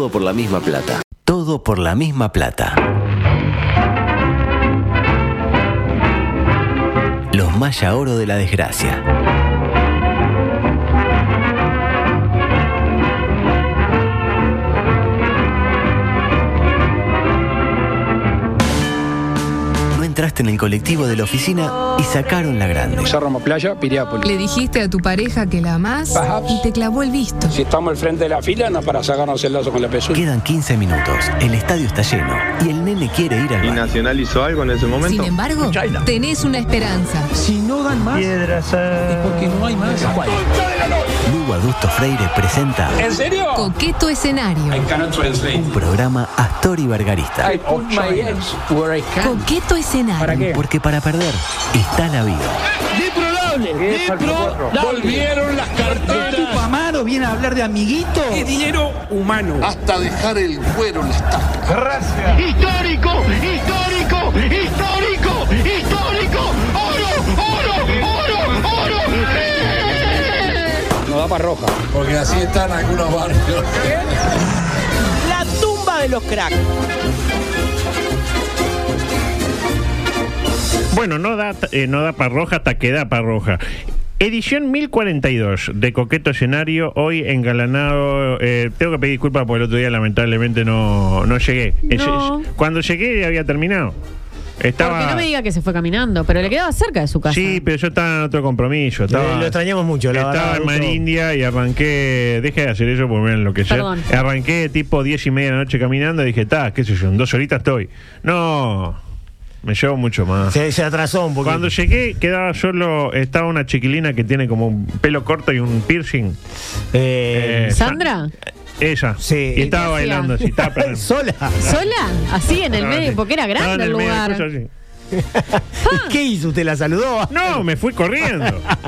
Todo por la misma plata. Todo por la misma plata. Los Maya Oro de la desgracia. Entraste en el colectivo de la oficina y sacaron la grande. Cerro Playa, Piriápolis. Le dijiste a tu pareja que la amás y te clavó el visto. Si estamos al frente de la fila, no para sacarnos el lazo con la pezuña. Quedan 15 minutos, el estadio está lleno y el nene quiere ir al ¿Y baño. Nacional hizo algo en ese momento? Sin embargo, tenés una esperanza. Si no dan más, Piedras. es porque no hay más. Lugo Adusto Freire presenta ¿En serio? Coqueto Escenario. I cannot translate. un programa Astor y Bargarista. I put my eggs where I can. Coqueto Escenario. ¿Para qué? Porque para perder está la vida. Volvieron las carteras. ¿Tu Amaro viene a hablar de amiguito? Es dinero humano. Hasta dejar el cuero en la estaca. Gracias. ¡Histórico! ¡Histórico! ¡Histórico! ¡Histórico! ¡Oro! ¡Oro! ¡Oro! ¡Oro! No da para roja. Porque así están algunos barrios. La tumba de los cracks. Bueno, no da para roja hasta que da para roja. Edición 1042 de Coqueto Escenario, hoy engalanado. Tengo que pedir disculpas porque el otro día lamentablemente no llegué. No. Cuando llegué había terminado. Porque no me diga que se fue caminando, pero le quedaba cerca de su casa. Sí, pero yo estaba en otro compromiso. Lo extrañamos mucho, la verdad. Estaba en Marindia y arranqué. Deje de hacer eso porque me van a enloquecer. Perdón. Arranqué tipo 10:30 de la noche caminando y dije, qué sé yo, en 2 horitas estoy. No. Me llevo mucho más. Se atrasó un poquito. Cuando llegué, quedaba solo. Estaba una chiquilina que tiene como un pelo corto y un piercing. ¿Sandra? Ella. Sí. Y estaba bailando así. Estaba ¿Sola? ¿Sola? Así en el medio, porque era Estaba en grande el medio, lugar. después así. ¿Qué hizo? ¿Usted la saludó? No, me fui corriendo.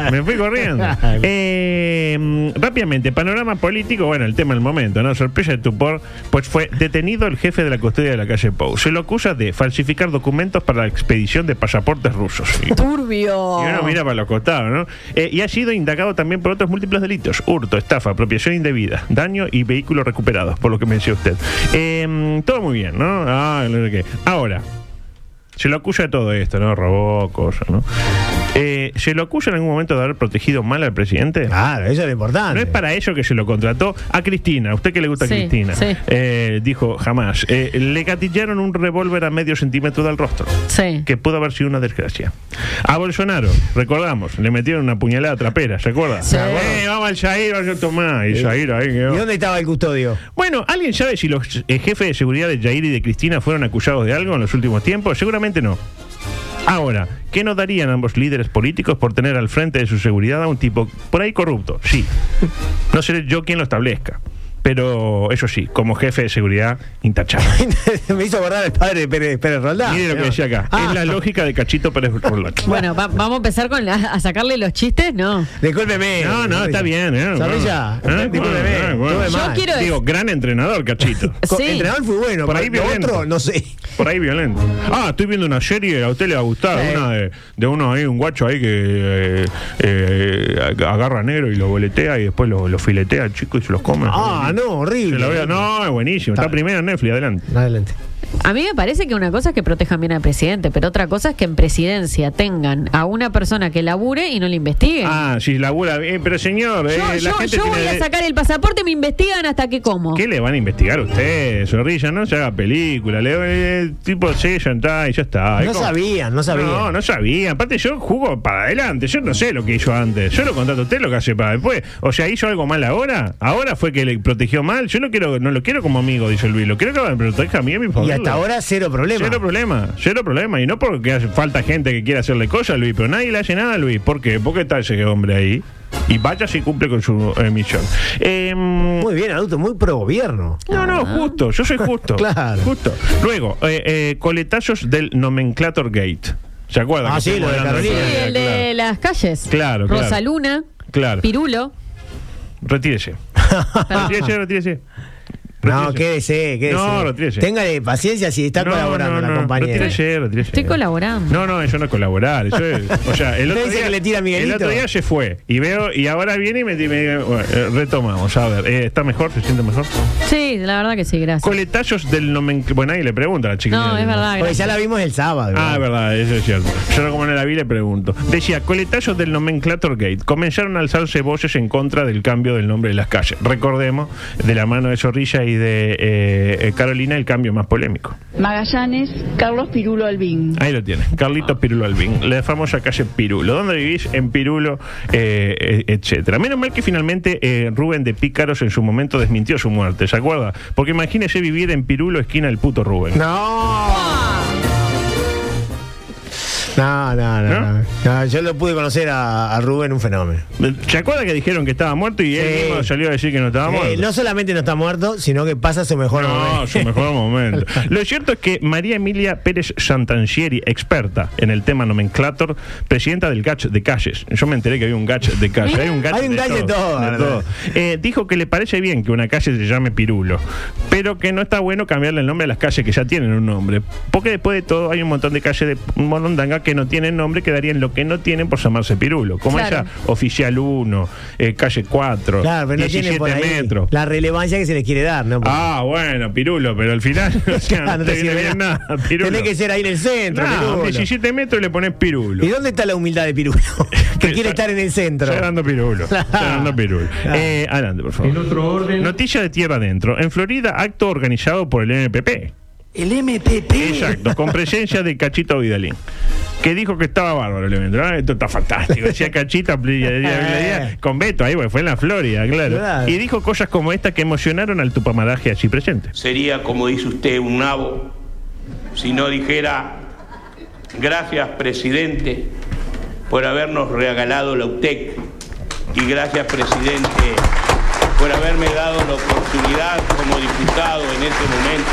Rápidamente, panorama político, bueno, el tema del momento, ¿no? Sorpresa de estupor, pues fue detenido el jefe de la custodia de la calle Pou. Se lo acusa de falsificar documentos para la expedición de pasaportes rusos. Turbio. Y uno mira para los costados, ¿no? Y ha sido indagado también por otros múltiples delitos: hurto, estafa, apropiación indebida, daño y vehículos recuperados, por lo que me decía usted. Todo muy bien, ¿no? Ahora, se lo acusa de todo esto, ¿no? Robó cosas, ¿no? ¿Se lo acusa en algún momento de haber protegido mal al presidente? Claro, eso es lo importante. No es para ello que se lo contrató a Cristina. ¿A usted que le gusta Sí, Cristina? sí. Dijo jamás. Le gatillaron un revólver a medio centímetro del rostro. Sí. Que pudo haber sido una desgracia. A Bolsonaro, recordamos, le metieron una puñalada trapera, ¿se acuerda? Sí. Vamos al Jair, vaya a tomar. Y Jair ahí quedó. ¿Y dónde estaba el custodio? Bueno, ¿alguien sabe si los jefes de seguridad de Jair y de Cristina fueron acusados de algo en los últimos tiempos? Seguramente no. Ahora, ¿qué no darían ambos líderes políticos por tener al frente de su seguridad a un tipo por ahí corrupto? Sí. No seré yo quien lo establezca. Pero eso sí, como jefe de seguridad, intachable. Me hizo acordar al padre de Pérez Roldán. Mire lo que decía acá. Es la lógica de Cachito Pérez Roldán. Bueno, vamos a empezar a sacarle los chistes, ¿no? Discúlpeme. No, está bien. Zorrilla, discúlpeme. Bueno. Yo quiero Digo, gran entrenador, Cachito. Sí. Entrenador fue bueno, Por ahí pero violento. otro, no sé. Por ahí violento. Estoy viendo una serie, a usted le va a gustar, una de uno ahí, un guacho ahí que agarra negro y lo boletea y después lo filetea al chico y se los come. No, horrible. No, es buenísimo. Está primero en Netflix, adelante. Adelante. A mí me parece que una cosa es que protejan bien al presidente, pero otra cosa es que en presidencia tengan a una persona que labure y no le investiguen. Sí, labura bien, pero señor, la gente yo voy tiene a sacar el pasaporte y me investigan hasta que como. ¿Qué le van a investigar a usted, Zorrilla? No se haga película. Tipo sellan y ya está. No sabían. No sabían. Aparte, yo jugo para adelante. Yo no sé lo que hizo antes. Yo lo contrato a usted lo que hace para después. O sea, ¿hizo algo mal ahora? ¿Ahora fue que le protegió mal? Yo no lo quiero como amigo, dice Luis. Lo quiero que me proteja a mí y a mi familia. Y hasta ahora cero problema. Cero problema. Y no porque hace falta gente que quiera hacerle cosas a Luis, pero nadie le hace nada a Luis. ¿Por qué? ¿Por qué está ese hombre ahí? Y vaya si cumple con su misión. Muy bien, adulto, muy pro gobierno. No, justo. Yo soy justo. Claro. Justo. Luego, coletazos del Nomenclator Gate. ¿Se acuerdan? Sí, lo de Carolina. Sí, el de las calles. Claro. Rosaluna. Claro. Pirulo. Retírese. Retírese. No, quédese. No, retírese. Téngale paciencia si está colaborando la compañera. Retírese. Estoy colaborando. No, eso no es colaborar. Eso es, o sea, el otro dice día, que le tira a Miguelito? el otro día se fue y ahora viene y bueno, retomamos. A ver, ¿está mejor? ¿Se siente mejor? Sí, la verdad que sí, gracias. Coletazos del nomenclátor. Bueno, nadie le pregunta a la chiquilina. No, es verdad. Porque ya la vimos el sábado. Ah, es verdad, eso es cierto. Yo como no la vi le pregunto. Decía, coletazos del Nomenclator Gate. Comenzaron a alzarse voces en contra del cambio del nombre de las calles. Recordemos, de la mano de Zorrilla y de Carolina, el cambio más polémico. Magallanes, Carlos Pirulo Albín. Ahí lo tiene, Carlito Pirulo Albín, la famosa calle Pirulo. ¿Dónde vivís? En Pirulo, etcétera. Menos mal que finalmente Rubén de Pícaros en su momento desmintió su muerte, ¿se acuerda? Porque imagínese vivir en Pirulo, esquina del puto Rubén. No, yo lo pude conocer a Rubén, un fenómeno. ¿Se acuerda que dijeron que estaba muerto y él mismo salió a decir que no estaba muerto? No solamente no está muerto, sino que pasa su mejor momento. No, su mejor momento. Lo cierto es que María Emilia Pérez Santancieri, experta en el tema nomenclator, presidenta del GACH de calles. Yo me enteré que había un GACH de calles. Hay un GACH de todo. Dijo que le parece bien que una calle se llame Pirulo, pero que no está bueno cambiarle el nombre a las calles que ya tienen un nombre. Porque después de todo hay un montón de calles de Morondanga que no tienen nombre, quedarían lo que no tienen por llamarse Pirulo. Como esa Oficial 1, calle 4, claro, pero 17 no metros. La relevancia que se les quiere dar, ¿no? Bueno, Pirulo, pero al final o sea, no te viene bien nada. Pirulo. Tenés que ser ahí en el centro, Pirulo. 17 metros le pones Pirulo. ¿Y dónde está la humildad de Pirulo? Que quiere estar en el centro. Está dando Pirulo. Adelante, por favor. En otro orden. Noticia de tierra adentro. En Florida, acto organizado por el MPP. El MPP. Exacto, con presencia de Cachito Vidalín, que dijo que estaba bárbaro el evento. Esto está fantástico. Decía Cachito con Beto, ahí fue en la Florida, claro. Y dijo cosas como esta que emocionaron al tupamaraje allí presente. Sería, como dice usted, un nabo si no dijera gracias, presidente, por habernos regalado la UTEC, y gracias, presidente, por haberme dado la oportunidad como diputado en este momento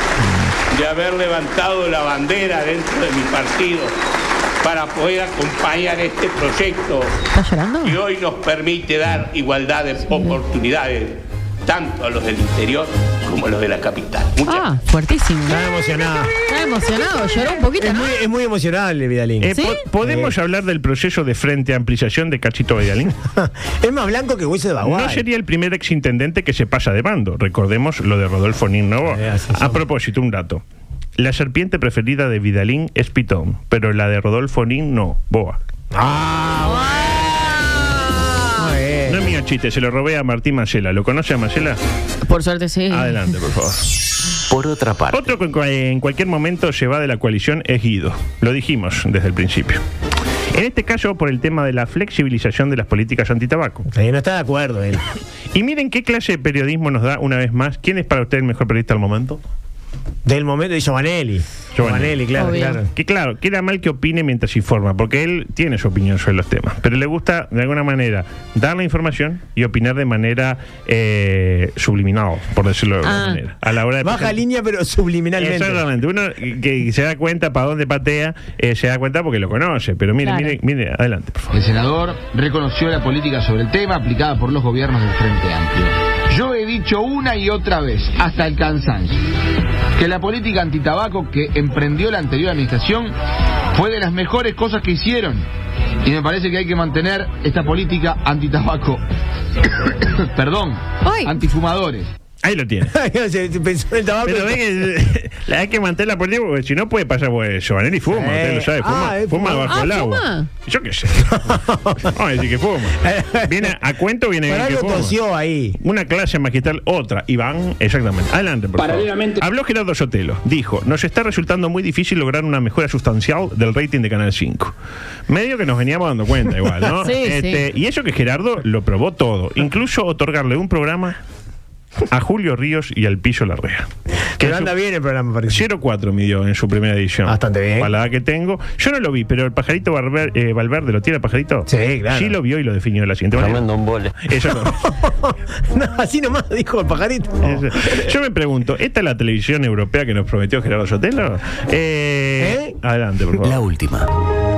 de haber levantado la bandera dentro de mi partido para poder acompañar este proyecto que hoy nos permite dar igualdad de oportunidades tanto a los del interior como a los de la capital. Fuertísimo. Está emocionado. Está emocionado, lloró un poquito, ¿no? Es muy emocional, Vidalín. ¿Sí? ¿Podemos hablar del proceso de frente a ampliación de Cachito Vidalín? Es más blanco que hueso de bagual. No sería el primer exintendente que se pasa de bando. Recordemos lo de Rodolfo Nin Novoa. A propósito, un dato. La serpiente preferida de Vidalín es Pitón, pero la de Rodolfo Nin no, Boa. No es mío chiste, se lo robé a Martín Macela. ¿Lo conoce a Macela? Por suerte sí. Adelante, por favor. Por otra parte. Otro que en cualquier momento se va de la coalición es Guido. Lo dijimos desde el principio. En este caso, por el tema de la flexibilización de las políticas antitabaco. No está de acuerdo él. Y miren qué clase de periodismo nos da una vez más. ¿Quién es para usted el mejor periodista del momento? Del momento de Giovanelli. Giovanelli, claro. Que claro, queda mal que opine mientras informa, porque él tiene su opinión sobre los temas, pero le gusta de alguna manera dar la información y opinar de manera subliminal, por decirlo de alguna manera. A la hora de baja línea, pero subliminalmente. Exactamente. Uno que se da cuenta para dónde patea, se da cuenta porque lo conoce. Pero mire, adelante, por favor. El senador reconoció la política sobre el tema aplicada por los gobiernos del Frente Amplio. Yo he dicho una y otra vez, hasta el cansancio, que la política antitabaco que emprendió la anterior administración fue de las mejores cosas que hicieron, y me parece que hay que mantener esta política antitabaco perdón, antifumadores. Ahí lo tiene. Pensó en el tabaco. Pero hay que mantener la política porque si no puede pasar, pues Giovanelli fuma, usted lo sabe, fuma bajo el agua. ¿Fuma? Yo qué sé. Vamos a decir que fuma. Viene a cuento, viene bien que fuma. Tosió ahí. Una clase magistral, otra. Iván, exactamente. Adelante, por favor. Habló Gerardo Sotelo. Dijo, nos está resultando muy difícil lograr una mejora sustancial del rating de Canal 5. Medio que nos veníamos dando cuenta igual, ¿no? Sí. Y eso que Gerardo lo probó todo. Incluso otorgarle un programa a Julio Ríos y al Pillo Larrea. Pero anda bien el programa, parece. 0,4 midió en su primera edición. Bastante bien. Para la edad que tengo. Yo no lo vi, pero el pajarito Valverde, ¿lo tiene el pajarito? Sí, claro. Sí lo vio y lo definió de la siguiente manera. Tremendo un vole. Eso no, así nomás dijo el pajarito. Yo me pregunto, ¿esta es la televisión europea que nos prometió Gerardo Sotelo? Adelante, por favor. La última.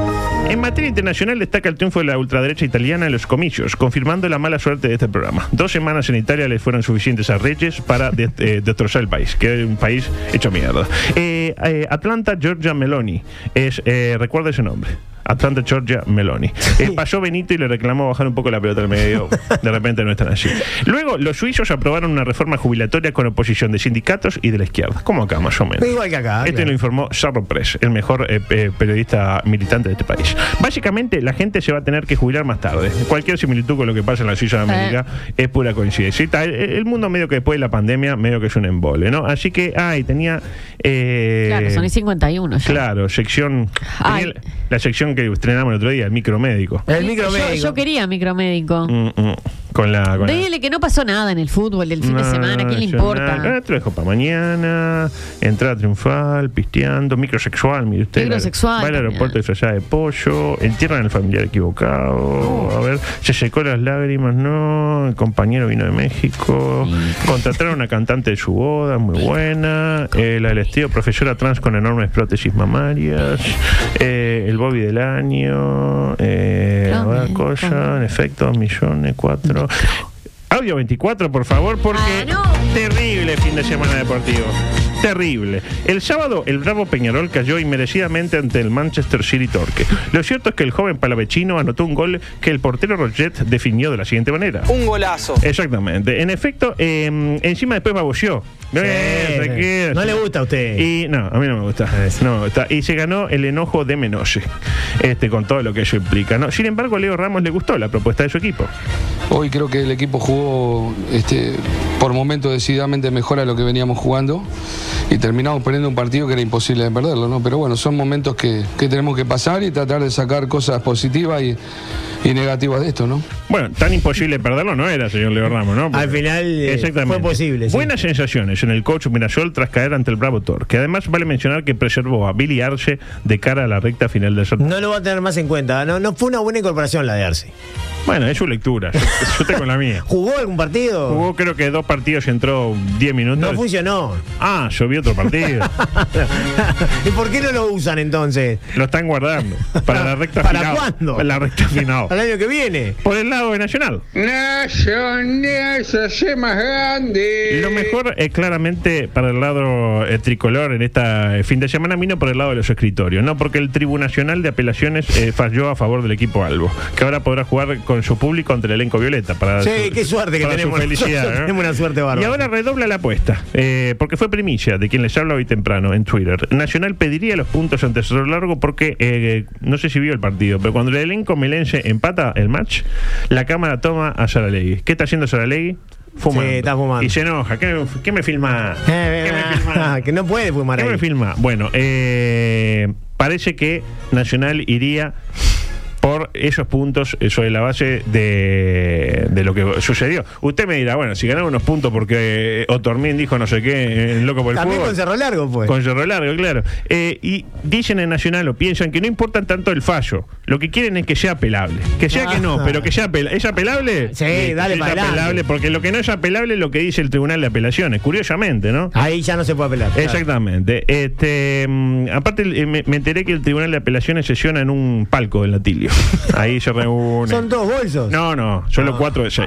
En materia internacional destaca el triunfo de la ultraderecha italiana en los comicios, confirmando la mala suerte de este programa. 2 semanas en Italia les fueron suficientes a Reyes para destrozar el país, que es un país hecho mierda. Atlanta Giorgia Meloni, recuerda ese nombre. Atlanta Giorgia Meloni. Pasó Benito y le reclamó bajar un poco la pelota al medio. De repente no están así. Luego, los suizos aprobaron una reforma jubilatoria con oposición de sindicatos y de la izquierda. Como acá, más o menos. Igual que acá. Lo informó Sarro Press, el mejor periodista militante de este país. Básicamente, la gente se va a tener que jubilar más tarde. Cualquier similitud con lo que pasa en la Suiza de América es pura coincidencia. El mundo medio que después de la pandemia, medio que es un embole, ¿no? Así que, tenía... claro, son 51 ya. Claro, sección... La sección que estrenamos el otro día, el micromédico. El micromédico. Yo quería micromédico. Dile que no pasó nada en el fútbol del fin de semana, ¿a quién le importa? Te lo dejo para mañana. Entrada triunfal, pisteando, microsexual, mire usted. Microsexual. Va al aeropuerto disfrazada de pollo, entierran al familiar equivocado. A ver, se secó las lágrimas, no. El compañero vino de México. Contrataron a una cantante de su boda, muy buena. La del estilo profesora trans con enormes prótesis mamarias. El Bobby del año. Cosa, en efecto, 2 millones, 4. Audio 24, por favor, porque terrible fin de semana deportivo. Terrible. El sábado, el Bravo Peñarol cayó inmerecidamente ante el Manchester City Torque. Lo cierto es que el joven palavecino anotó un gol que el portero Roget definió de la siguiente manera. Un golazo. Exactamente. En efecto, encima después babuceó. No le gusta a usted. Y no, a mí no me gusta. No me gusta. Y se ganó el enojo de Menose, con todo lo que eso implica, ¿no? Sin embargo, a Leo Ramos le gustó la propuesta de su equipo. Hoy creo que el equipo jugó por momentos decididamente mejor a lo que veníamos jugando y terminamos perdiendo un partido que era imposible de perderlo, ¿no? Pero bueno, son momentos que tenemos que pasar y tratar de sacar cosas positivas y negativas de esto, ¿no? Bueno, tan imposible perderlo no era, señor Leo Ramos, ¿no? Al final fue posible. Sí. Buenas sensaciones en el coach Mirasol tras caer ante el Bravo Tor, que además vale mencionar que preservó a Billy Arce de cara a la recta final del sorteo. No lo va a tener más en cuenta. No fue una buena incorporación la de Arce. Bueno, es su lectura. Yo tengo la mía. ¿Jugó algún partido? Jugó creo que 2 partidos y entró 10 minutos. No funcionó. Yo vi otro partido. ¿Y por qué no lo usan entonces? Lo están guardando para la recta final. ¿Para cuándo? Para la recta final. ¿Para el año que viene? Por el lado de Nacional. Nacional se hace más grande. Lo mejor es claramente para el lado tricolor en esta fin de semana vino por el lado de los escritorios, ¿no? Porque el Tribunal Nacional de Apelaciones falló a favor del equipo Albo, que ahora podrá jugar con su público ante el elenco Violeta. Qué suerte que tenemos. Felicidad, ¿no? Tenemos una suerte bárbara. Y ahora redobla la apuesta, porque fue primicia de quien les habla hoy temprano en Twitter. Nacional pediría los puntos ante Cerro Largo porque, no sé si vio el partido, pero cuando el elenco melense empata el match, la cámara toma a Saralegui. ¿Qué está haciendo Saralegui? Fumando. Sí, está fumando. Y se enoja. ¿Qué me filma? Que no puede fumar ahí. ¿Qué me filma? Bueno, parece que Nacional iría por esos puntos sobre la base de lo que sucedió. Usted me dirá, bueno, si ganaron unos puntos porque Otormín dijo no sé qué, loco por el también fútbol. Con Cerro Largo, pues. Con Cerro Largo, claro. Y dicen en Nacional o piensan que no importa tanto el fallo. Lo que quieren es que sea apelable. Que sea que no, pero que sea apelable. ¿Es apelable? Sí, dale para adelante. Apelable, porque lo que no es apelable es lo que dice el Tribunal de Apelaciones, curiosamente, ¿no? Ahí ya no se puede apelar. Exactamente. Aparte, me enteré que el Tribunal de Apelaciones sesiona en un palco del Latilio. Ahí se reúne. ¿Son 2 bolsos? No, solo 4 de 6.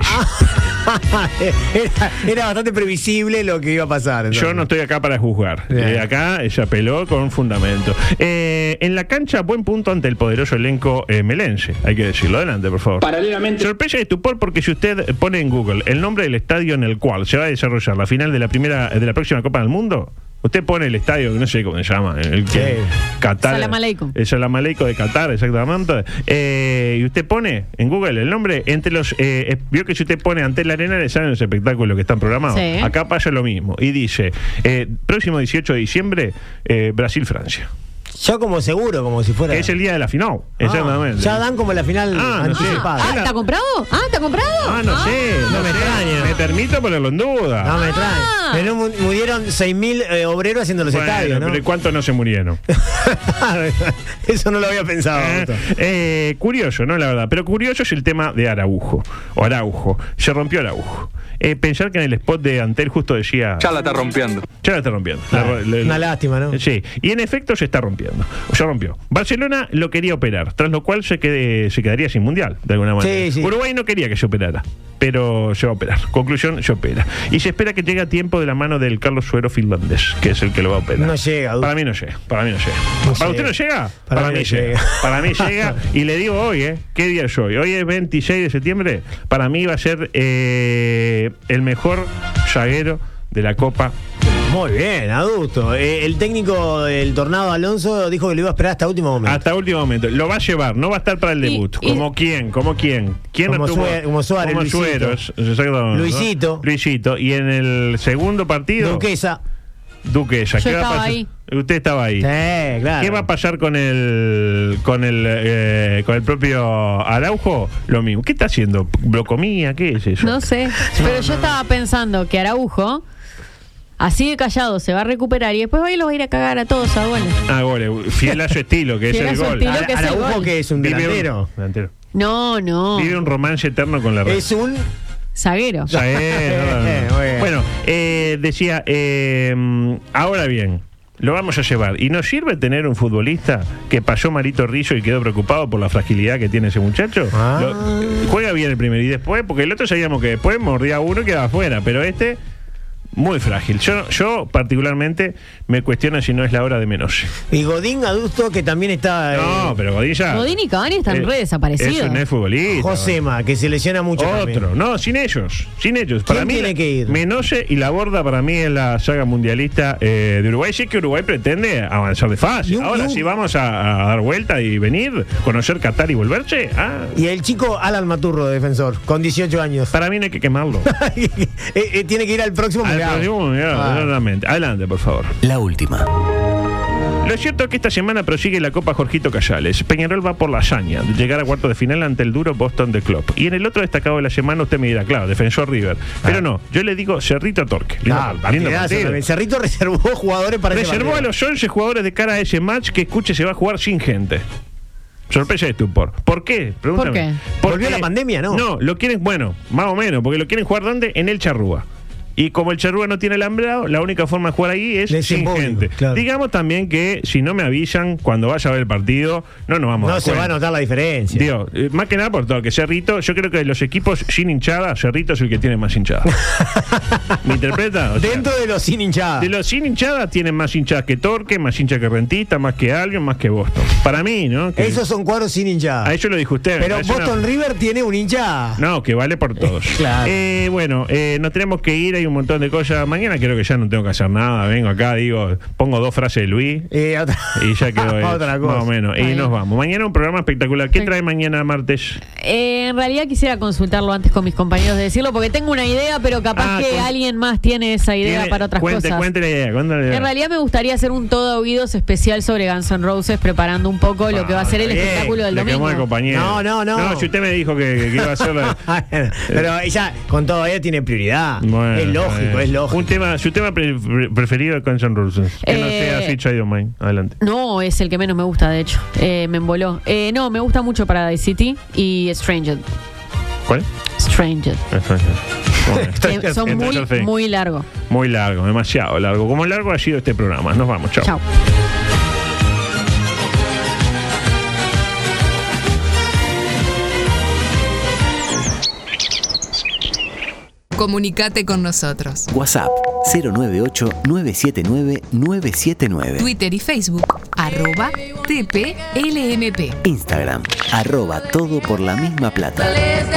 Era bastante previsible lo que iba a pasar. Entonces. Yo no estoy acá para juzgar. Acá se apeló con fundamento. En la cancha, buen punto ante el poderoso elenco melense. Hay que decirlo. Adelante, por favor. Paralelamente. Sorpresa y estupor porque si usted pone en Google el nombre del estadio en el cual se va a desarrollar la final de la próxima Copa del Mundo, usted pone el estadio, no sé cómo se llama, el que Qatar. El Salam Aleikum de Qatar, exactamente. Y usted pone en Google el nombre, entre los vio que si usted pone ante la arena le salen los espectáculos que están programados. Sí. Acá pasa lo mismo. Y dice, próximo 18 de diciembre, Brasil-Francia. Ya como seguro, como si fuera. Es el día de la final, exactamente. Ya dan como la final anticipada. ¿Está comprado? ¿Está comprado? No sé. No me extraña. Me permito ponerlo en duda. No me extraña. Pero murieron 6.000 obreros haciendo los estadios, ¿no? Pero ¿cuántos no se murieron? Eso no lo había pensado. Curioso, ¿no? La verdad. Pero curioso es el tema de Araujo. Se rompió Araujo. pensar que en el spot de Antel justo decía... Ya la está rompiendo. Ya la está rompiendo. Una lástima, ¿no? Sí, y en efecto se está rompiendo. Se rompió. Barcelona lo quería operar, tras lo cual se quedaría sin mundial, de alguna manera. Sí. Uruguay no quería que se operara, pero se va a operar. Conclusión, se opera. Y se espera que llegue a tiempo de la mano del Carlos Suero finlandés, que es el que lo va a operar. No llega. Para mí no llega. ¿Para usted no llega? Para mí llega. Para mí llega. Y le digo hoy, ¿qué día es hoy? Hoy es 26 de septiembre. Para mí va a ser el mejor zaguero de la Copa. Muy bien, adulto. El técnico del Tornado Alonso dijo que lo iba a esperar hasta último momento. Hasta último momento. Lo va a llevar, no va a estar para el debut. ¿Como quién? ¿Quién como Suárez, Suárez, Luisito. Luisito. Y en el segundo partido... Duquesa. Yo estaba ahí. Usted estaba ahí. Sí, claro. ¿Qué va a pasar con el propio Araujo? Lo mismo. ¿Qué está haciendo? ¿Blocomía? ¿Qué es eso? No sé. Pero yo estaba pensando que Araujo, así de callado, se va a recuperar y después hoy los va a ir a cagar a todos a goles. Goles. Fiel a su estilo, que es el gol. Araujo, que es un delantero. No. Vive un romance eterno con la red. Es un... zaguero. Bueno, decía, ahora bien, lo vamos a llevar. ¿Y nos sirve tener un futbolista que pasó Marito Rizzo y quedó preocupado por la fragilidad que tiene ese muchacho? Juega bien el primero y después, porque el otro sabíamos que después mordía uno y quedaba afuera, pero este... muy frágil. Yo particularmente me cuestiono si no es la hora de Menossi. Y Godín adulto, que también está... No, pero Godín ya... Godín y Cavani están re desaparecidos. Eso no es futbolista. Josema, que se lesiona mucho. Otro. También. No, sin ellos. Para mí tiene que ir? Menossi y Laborda para mí es la saga mundialista de Uruguay. Sí que Uruguay pretende avanzar de fase. Ahora sí vamos a dar vuelta y venir, conocer Qatar y volverse. Y el chico Alan Maturro, defensor, con 18 años. Para mí no hay que quemarlo. Tiene que ir al próximo mundial. Adelante, por favor. La última. Lo cierto es que esta semana prosigue la Copa Jorgito Casales. Peñarol va por la hazaña de llegar a cuartos de final ante el duro Boston de Klopp. Y en el otro destacado de la semana usted me dirá, claro, defensor River. Pero no, yo le digo Cerrito Torque. Cerrito reservó jugadores para Reservó a los 11 jugadores de cara a ese match que, escuche, se va a jugar sin gente. Sorpresa y estupor. ¿Por qué? Pregúntame. ¿Por qué? ¿Volvió la pandemia, no? No, lo quieren, bueno, más o menos, porque lo quieren jugar ¿dónde? En el Charrúa. Y como el Charrúa no tiene alambrado, la única forma de jugar ahí es sin gente. Claro. Digamos también que si no me avisan cuando vaya a ver el partido, no nos vamos a dar cuenta. No se va a notar la diferencia. Digo, más que nada por todo, que Cerrito, yo creo que de los equipos sin hinchada, Cerrito es el que tiene más hinchada. ¿Me interpreta? O sea, dentro de los sin hinchada. De los sin hinchada tienen más hinchadas que Torque, más hinchas que Rentista, más que Albion, más que Boston. Para mí, ¿no? Que esos son cuadros sin hinchada. A eso lo dijo usted. Pero Boston River tiene un hinchada. No, que vale por todos. Claro. Bueno, nos tenemos que ir, hay un montón de cosas. Mañana creo que ya no tengo que hacer nada. Vengo acá, digo, pongo 2 frases de Luis y ya quedó otra cosa. Más o menos. Y nos vamos. Mañana un programa espectacular. ¿Qué trae mañana martes? En realidad quisiera consultarlo antes con mis compañeros de decirlo, porque tengo una idea, pero capaz que alguien más tiene esa idea para otras cosas. Cuente la idea. En realidad me gustaría hacer un todo oídos especial sobre Guns N' Roses, preparando un poco lo que va a ser el espectáculo del domingo. No, si usted me dijo que iba a hacerlo. Pero ella, con todo ella, tiene prioridad. Bueno, es lógico. Su tema preferido es Guns N' Roses. Que no sea Sweet Child O' Mine. Adelante. No, es el que menos me gusta, de hecho. Me emboló. No, me gusta mucho Paradise City y Stranger. ¿Cuál? Stranger. Son muy largos. Muy largo, demasiado largo. Como largo ha sido este programa. Nos vamos, chao. Chao. Comunicate con nosotros. WhatsApp 098-979-979. Twitter y Facebook @TPLMP. Instagram @todo por la misma plata.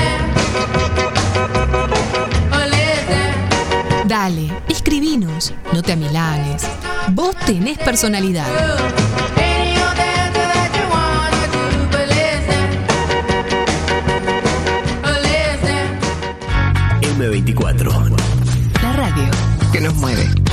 Dale, escribinos, no te amilanes. Vos tenés personalidad. M24. La radio que nos mueve.